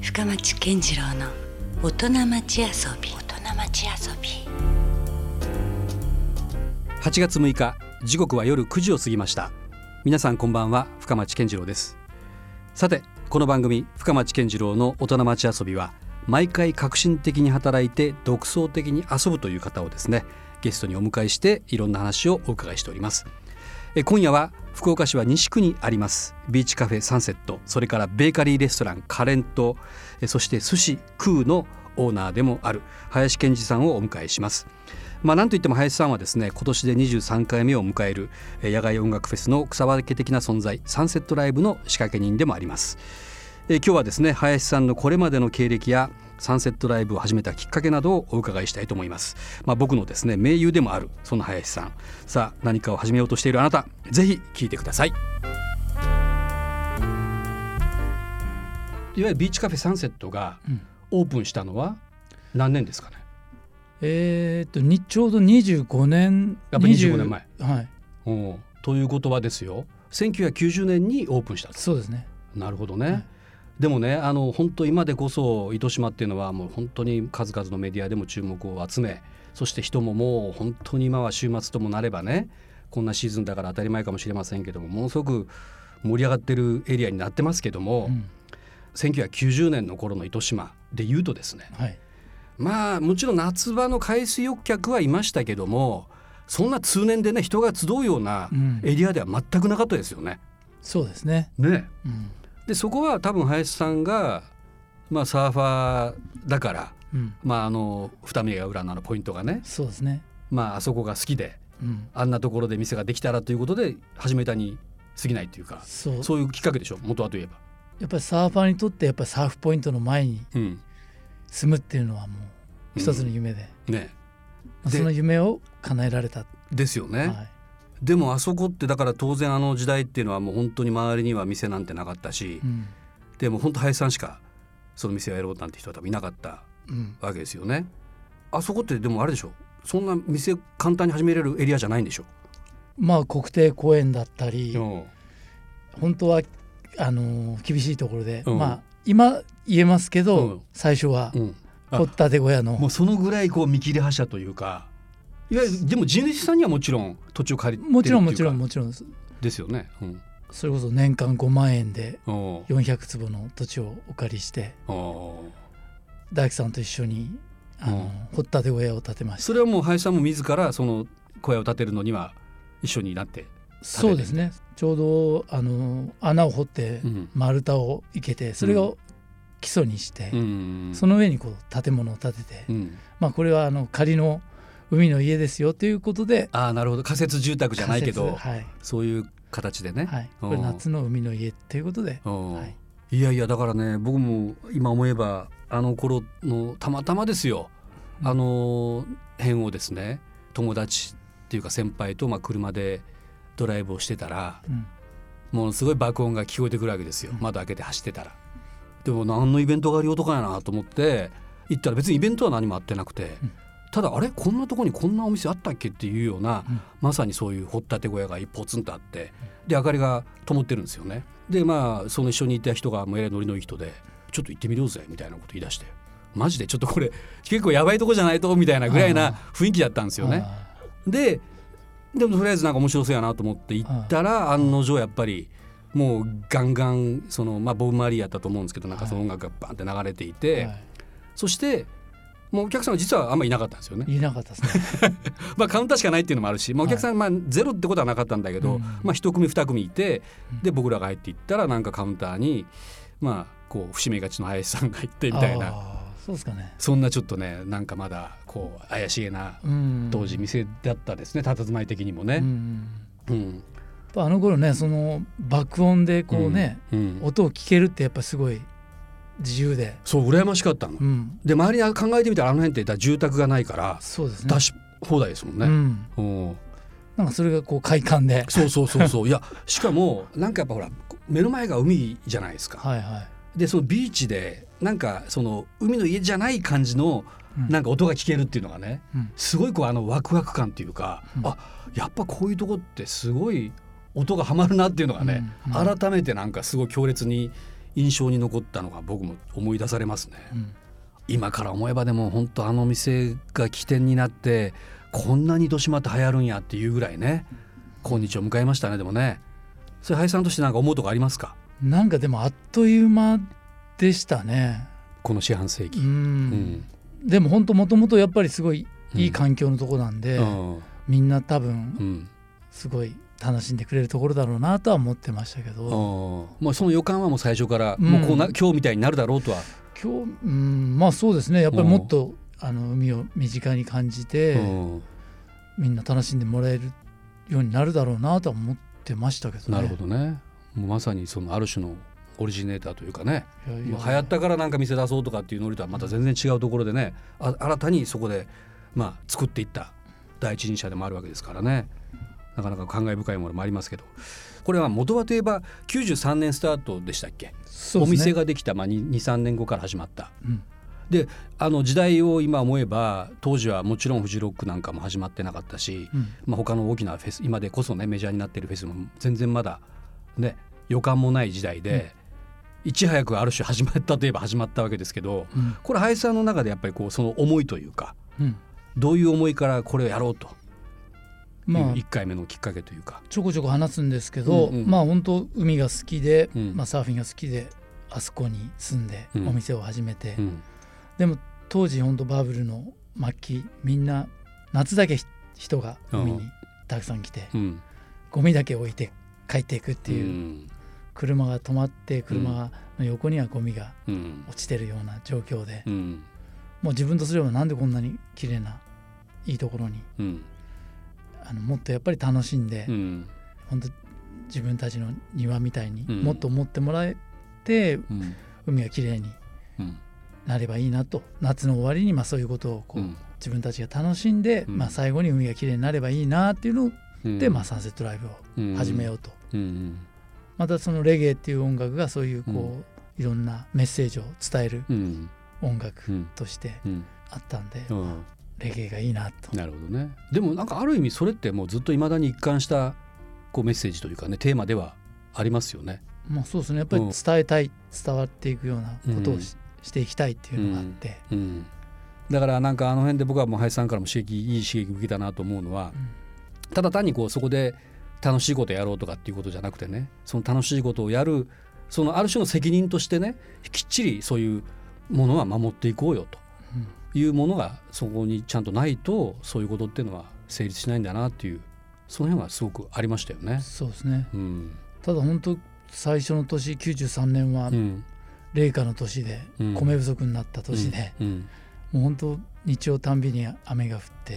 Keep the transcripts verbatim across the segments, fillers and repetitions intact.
深町健次郎の大人町遊び。大人町遊び。 はちがつむいか、時刻は夜くじを過ぎました。皆さんこんばんは、深町健次郎です。さて、この番組深町健次郎の大人町遊びは、毎回革新的に働いて独創的に遊ぶという方をですね、ゲストにお迎えしていろんな話をお伺いしております。え今夜は福岡市は西区にありますビーチカフェサンセット、それからベーカリーレストランカレント、えそして寿司クーのオーナーでもある林健二さんをお迎えします。まあ、なんといっても林さんはですね、今年でにじゅうさんかいめを迎える野外音楽フェスの草分け的な存在、サンセットライブの仕掛け人でもあります。え今日はですね、林さんのこれまでの経歴やサンセットライブを始めたきっかけなどをお伺いしたいと思います。まあ、僕のですね盟友でもあるその林さん、さあ何かを始めようとしているあなた、ぜひ聞いてください。いわゆるビーチカフェサンセットがオープンしたのは何年ですかね。 うん、えー、っとにちょうどにじゅうごねん、 やっぱりにじゅうごねんまえ、 はい、 おということはですよ、せんきゅうひゃくきゅうじゅうねんにオープンしたと。 そうですね。 なるほどね、はい。 でもね、あの本当今でこそ糸島っていうのはもう本当に数々のメディアでも注目を集め、そして人ももう本当に今は週末ともなればね、こんなシーズンだから当たり前かもしれませんけども、ものすごく盛り上がってるエリアになってますけども、うん、せんきゅうひゃくきゅうじゅうねんの頃の糸島でいうとですね、はい、まあもちろん夏場の海水浴客はいましたけども、そんな通年でね人が集うようなエリアでは全くなかったですよね。 うん、そうですね。 ね、 うん、 でそこは多分林さんが、まあ、サーファーだから、うん、まあ、あの二見ヶ浦のあのポイントがね、 そうですね、 まあ、あそこが好きで、うん、あんなところで店ができたらということで始めたに過ぎないというか、そう、そういうきっかけでしょ、元はといえば。 やっぱりサーファーにとってやっぱりサーフポイントの前に住むっていうのはもう一つの夢で、うんね、その夢を叶えられたですよね、 はい。 でもあそこってだから当然あの時代っていうのはもう本当に周りには店なんてなかったし、うん、でも本当林さんしかその店をやろうなんて人は多分いなかったわけですよね、うん、あそこってでもあれでしょ、そんな店簡単に始めれるエリアじゃないんでしょ。 まあ国定公園だったり、うん、本当はあの厳しいところで、うん、まあ今言えますけど、うん、最初は掘ったて小屋の、 もうそのぐらいこう見切り発車というか、いやでも地主さんにはもちろん土地を借りてるっていうか、 もちろんもちろんもちろんですですよね、うん、 それこそ年間ごまんえんでよんひゃくつぼの土地をお借りして大工さんと一緒にあの掘ったて小屋を建てました。 それはもう林さんも自らその小屋を建てるのには一緒になって建てて。 そうですね、ちょうどあの穴を掘って丸太を生けて、それを基礎にして、うん、その上にこう建物を建てて、うん、まあこれはあの仮の海の家ですよということで。 ああ、なるほど、仮設住宅じゃないけど、はい、そういう形でね、 はい、これ夏の海の家っていうことで、はい、 いやいやだからね、僕も今思えばあの頃のたまたまですよ、うん、あの辺をですね、友達っていうか先輩とまあ車でドライブをしてたら、うん、もうすごい爆音が聞こえてくるわけですよ、うん、窓開けて走ってたら。でも何のイベントがあるよとかやなと思って行ったら、別にイベントは何もあってなくて、うん、ただあれこんなとこにこんなお店あったっけっていうような、うん、まさにそういう掘ったて小屋が一ポツンとあって、で明かりが灯ってるんですよね。でまあその一緒にいた人がもうえらいノリのいい人で、ちょっと行ってみようぜみたいなこと言い出して、マジでちょっとこれ結構やばいとこじゃないとみたいなぐらいな雰囲気だったんですよね。ででもとりあえずなんか面白そうやなと思って行ったら、案の定やっぱりもうガンガンその、まあ、ボブ・マリーやったと思うんですけど、なんかその音楽がバンって流れていて、はい、そしてもうお客さんは実はあんまりいなかったんですよね。 いなかったですねまあカウンターしかないっていうのもあるし、まあ、お客さん、まあ、ゼロってことはなかったんだけど、うん、まあ、一組二組いて、で僕らが入っていったらなんかカウンターにまあこう節目がちの林さんがいってみたいな、 そうですかね、 そんなちょっとね、なんかまだこう怪しげな当時店だったですね、佇まい的にもね、うんうん、あの頃ね、その爆音でこうね、うんうん、音を聞けるってやっぱすごい自由で、 そう羨ましかったの、うん、で周りに考えてみたらあの辺って住宅がないから、 そうですね、 出し放題ですもんね、うん、 なんかそれがこう快感で、 そうそうそうそういやしかもなんかやっぱほら目の前が海じゃないですか、 はいはい、 でそのビーチでなんかその海の家じゃない感じのなんか音が聞けるっていうのがね、うん、すごいこうあのワクワク感っていうか、うん、あやっぱこういうとこってすごい音がはまるなっていうのがね、うんうん、改めてなんかすごい強烈に印象に残ったのが僕も思い出されますね、 うん、 今から思えばでも本当あの店が起点になってこんなに糸島って流行るんやっていうぐらいね今日を迎えましたね。でもねそれ林さんとして何か思うとこありますか？ なんかでもあっという間でしたねこの四半世紀。 うん、うん、でも本当もともとやっぱりすごいいい環境のとこなんで、うん、みんな多分すごい楽しんでくれるところだろうなとは思ってましたけど、 まあ、その予感はもう最初から、うん、もうこうな今日みたいになるだろうとは今日、うん、まあそうですねやっぱりもっとあの海を身近に感じてみんな楽しんでもらえるようになるだろうなとは思ってましたけどね。 なるほどね。もうまさにそのある種のオリジネーターというかね、いやいやいやもう流行ったからなんか店出そうとかっていうノリとはまた全然違うところでね、あ新たにそこでまあ作っていった第一人者でもあるわけですからね、なかなか感慨深いものもありますけど、これは元はといえばきゅうじゅうさんねんスタートでしたっけ？そうですね、お店ができた、まあ、にさんねんごから始まった、うん、であの時代を今思えば当時はもちろんフジロックなんかも始まってなかったし、うんまあ、他の大きなフェス今でこそねメジャーになっているフェスも全然まだね予感もない時代で、うん、いち早くある種始まったといえば始まったわけですけど、うん、これ林さんの中でやっぱりこうその思いというか、うん、どういう思いからこれをやろうとまあ、いっかいめのきっかけというかちょこちょこ話すんですけど、うんうん、まあ本当海が好きで、うんまあ、サーフィンが好きであそこに住んでお店を始めて、うん、でも当時本当バブルの末期みんな夏だけ人が海にたくさん来て、うん、ゴミだけ置いて帰っていくっていう、うん、車が止まって車の横にはゴミが落ちてるような状況で、うん、もう自分とすればなんでこんなに綺麗ないいところに、うんあのもっとやっぱり楽しんで、うん、本当自分たちの庭みたいにもっと思ってもらえて、うん、海がきれいになればいいなと、夏の終わりにまあそういうことをこう、うん、自分たちが楽しんで、うんまあ、最後に海がきれいになればいいなっていうので、うんまあ、サンセットライブを始めようと、うんうん、またそのレゲエっていう音楽がそういうこう、うん、いろんなメッセージを伝える音楽としてあったんで、うんうんレゲエがいいなと。 なるほどね。でもなんかある意味それってもうずっといまだに一貫したこうメッセージというかねテーマではありますよね。 まあそうですねやっぱり伝えたい、うん、伝わっていくようなことを し,、うん、していきたいっていうのがあって、うんうん、 だからなんかあの辺で僕はもう林さんからも刺激いい刺激を受けたなと思うのは、うん、ただ単にこうそこで楽しいことやろうとかっていうことじゃなくてねその楽しいことをやるそのある種の責任としてねきっちりそういうものは守っていこうよと。うんいうものがそこにちゃんとないとそういうことっていうのは成立しないんだなっていうその辺はすごくありましたよね。 そうですね、うん、ただ本当最初の年きゅうじゅうさんねんは冷夏の年で米不足になった年で、うんうん、もう本当日曜たんびに雨が降って、うん、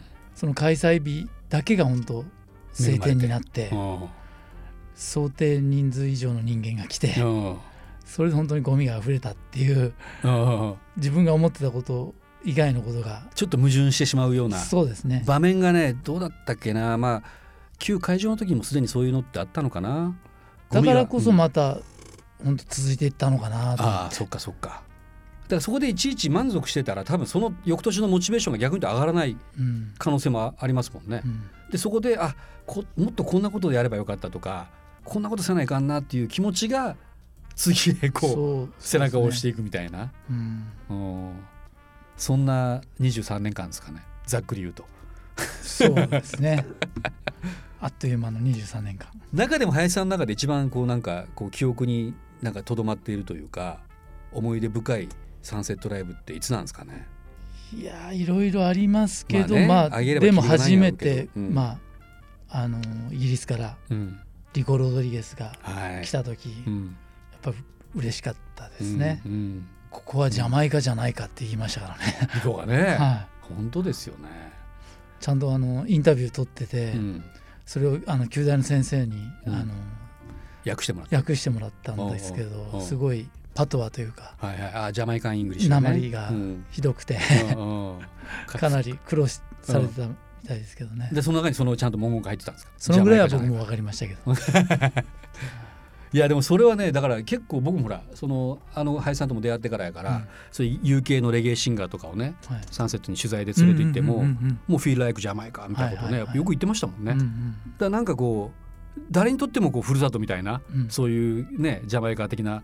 その開催日だけが本当晴天になって想定人数以上の人間が来てそれで本当にゴミが溢れたっていう自分が思ってたこと以外のことがちょっと矛盾してしまうようなそうですね場面がねどうだったっけな、まあ旧会場の時もすでにそういうのってあったのかな。 だからこそまた、うん、本当続いていったのかなと。 ああそっかそっか。だからそこでいちいち満足してたら多分その翌年のモチベーションが逆に上がらない可能性もありますもんね、うん、でそこであこもっとこんなことでやればよかったとかこんなことせないかんなっていう気持ちが次へこう背中を押していくみたいな、うん、そんなにじゅうさんねんかんですかねざっくり言うと。 そうですねあっという間のにじゅうさんねんかん。 中でも林さんの中で一番こうなんかこう記憶になんか留まっているというか思い出深いサンセットライブっていつなんですかね。 いやいろいろありますけど、まあねまあ、でも初めて、うんまあ、あのイギリスからリコ・ロドリゲスが来た時、はいうんやっぱ嬉しかったですね、うんうん、ここはジャマイカじゃないかって言いましたからね。 リコがね、はい、本当ですよね。 ちゃんとあのインタビュー取ってて、うん、それをあの旧大の先生に、うん、あの訳してもらった、 訳してもらったんですけどすごいパトワというか、 はいはい、あジャマイカンイングリッシュ、 ね、訛りがひどくて、うん、かなり苦労されてたみたいですけどね。 でその中にそのちゃんと文言が入ってたんですか。 そのぐらいは僕も分かりましたけどいやでもそれはねだから結構僕もほらそのあの林さんとも出会ってからやから、うん、そういう ユーケー のレゲエシンガーとかをね、はい、サンセットに取材で連れて行っても、うんうんうんうん、もうフィールライクジャマイカみたいなことね、はいはいはい、よく言ってましたもんね、うんうん、だからなんかこう誰にとってもこうふるさとみたいな、うん、そういうねジャマイカ的な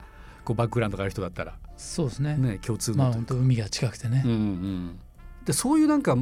こうバックグラウンドがある人だったらそうですね、 ね、共通のというか、 まあ、本当海が近くてね、 うんうん、でそういうなんか、うん、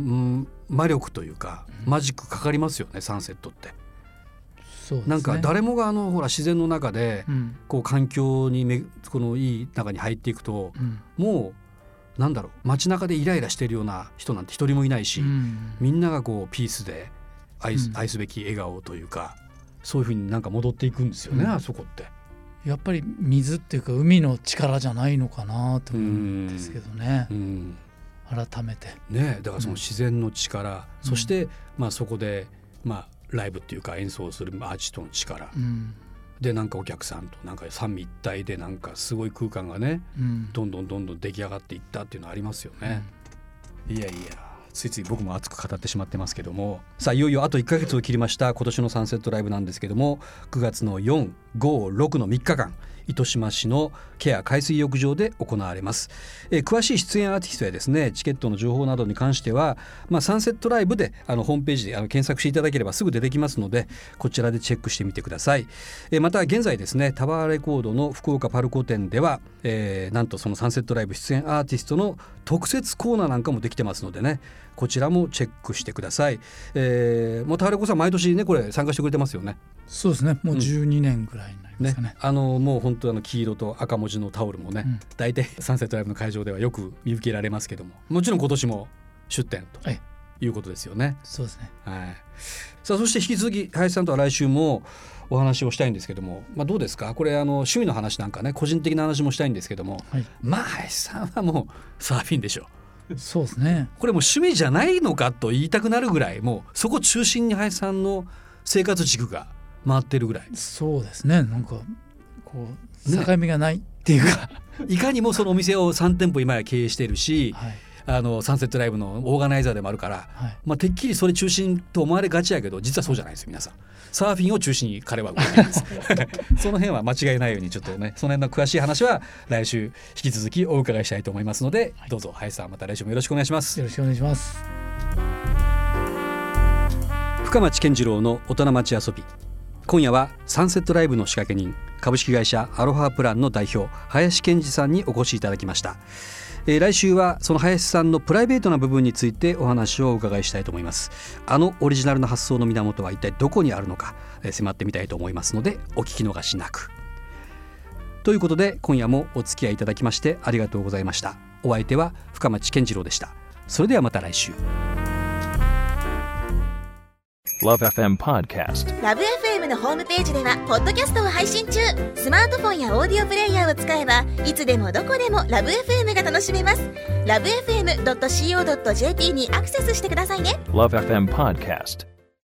魔力というかマジックかかりますよね、サンセットって。 そうですね、 なんか誰もがあのほら自然の中で、 うん、 こう環境にめこのいい中に入っていくと、うん、もうなんだろう、街中でイライラしてるような人なんて一人もいないし、うん、みんながこうピースで愛す、うん、愛すべき笑顔というか、そういう風になんか戻っていくんですよね、うん、あそこってやっぱり水っていうか海の力じゃないのかなと思うんですけどね、うん、改めてね、だからその自然の力、うん、そして、まあ、そこで、まあ、ライブっていうか演奏するアーティストの力、うん、でなんかお客さんとなんか三位一体でなんかすごい空間がね、うん、どんどんどんどん出来上がっていったっていうのはありますよね、うん、いやいやついつい僕も熱く語ってしまってますけども、さあいよいよあといっかげつを切りました今年のサンセットライブなんですけども、くがつのよん、ご、ろくのみっかかん糸島市のケア海水浴場で行われます。えー、詳しい出演アーティストやですねチケットの情報などに関しては、まあ、サンセットライブであのホームページであの検索していただければすぐ出てきますので、こちらでチェックしてみてください。えー、また現在ですねタワーレコードの福岡パルコ店では、えー、なんとそのサンセットライブ出演アーティストの特設コーナーなんかもできてますのでね、こちらもチェックしてください。えー、もうタワレコさん毎年ねこれ参加してくれてますよね。 そうですね、もうじゅうにねんぐらいになりますかね。 ね、あのもう本当あの黄色と赤文字のタオルもね、うん、大体サンセットライブの会場ではよく見受けられますけども、もちろん今年も出展ということですよね。はい、 そうですね、はい、 さあそして引き続き林さんとは来週もお話をしたいんですけども、まあ、どうですかこれあの趣味の話なんかね個人的な話もしたいんですけども、はい、まあ林さんはもうサーフィンでしょ。 そうですね、 これもう趣味じゃないのかと言いたくなるぐらい、もうそこ中心に林さんの生活軸が回ってるぐらい。 そうですね、なんかこう境目がないっていうか、 ね、いかにもそのお店をさんてんぽ今や経営してるし、はい、あのサンセットライブのオーガナイザーでもあるから、はい、まあ、てっきりそれ中心と思われがちやけど実はそうじゃないですよ。皆さんサーフィンを中心に彼は動いていますその辺は間違いないようにちょっとね、その辺の詳しい話は来週引き続きお伺いしたいと思いますので、はい、どうぞ林さんまた来週もよろしくお願いします。 よろしくお願いします。 深町健次郎の大人町遊び、今夜はサンセットライブの仕掛け人株式会社アロハプランの代表林健二さんにお越しいただきました。えー、来週はその林さんのプライベートな部分についてお話をお伺いしたいと思います。あのオリジナルの発想の源は一体どこにあるのか、えー、迫ってみたいと思いますのでお聞き逃しなく。ということで今夜もお付き合いいただきましてありがとうございました。お相手は深町健次郎でした。それではまた来週。 ラブ エフエム Podcast。 ラブ エフエム のホームページではポッドキャストを配信中。スマートフォンやオーディオプレイヤーを使えばいつでもどこでもラブ エフエム が楽しめます。ラブ エフエムドットシーオードットジェーピー にアクセスしてくださいね。 ラブ エフエム Podcast。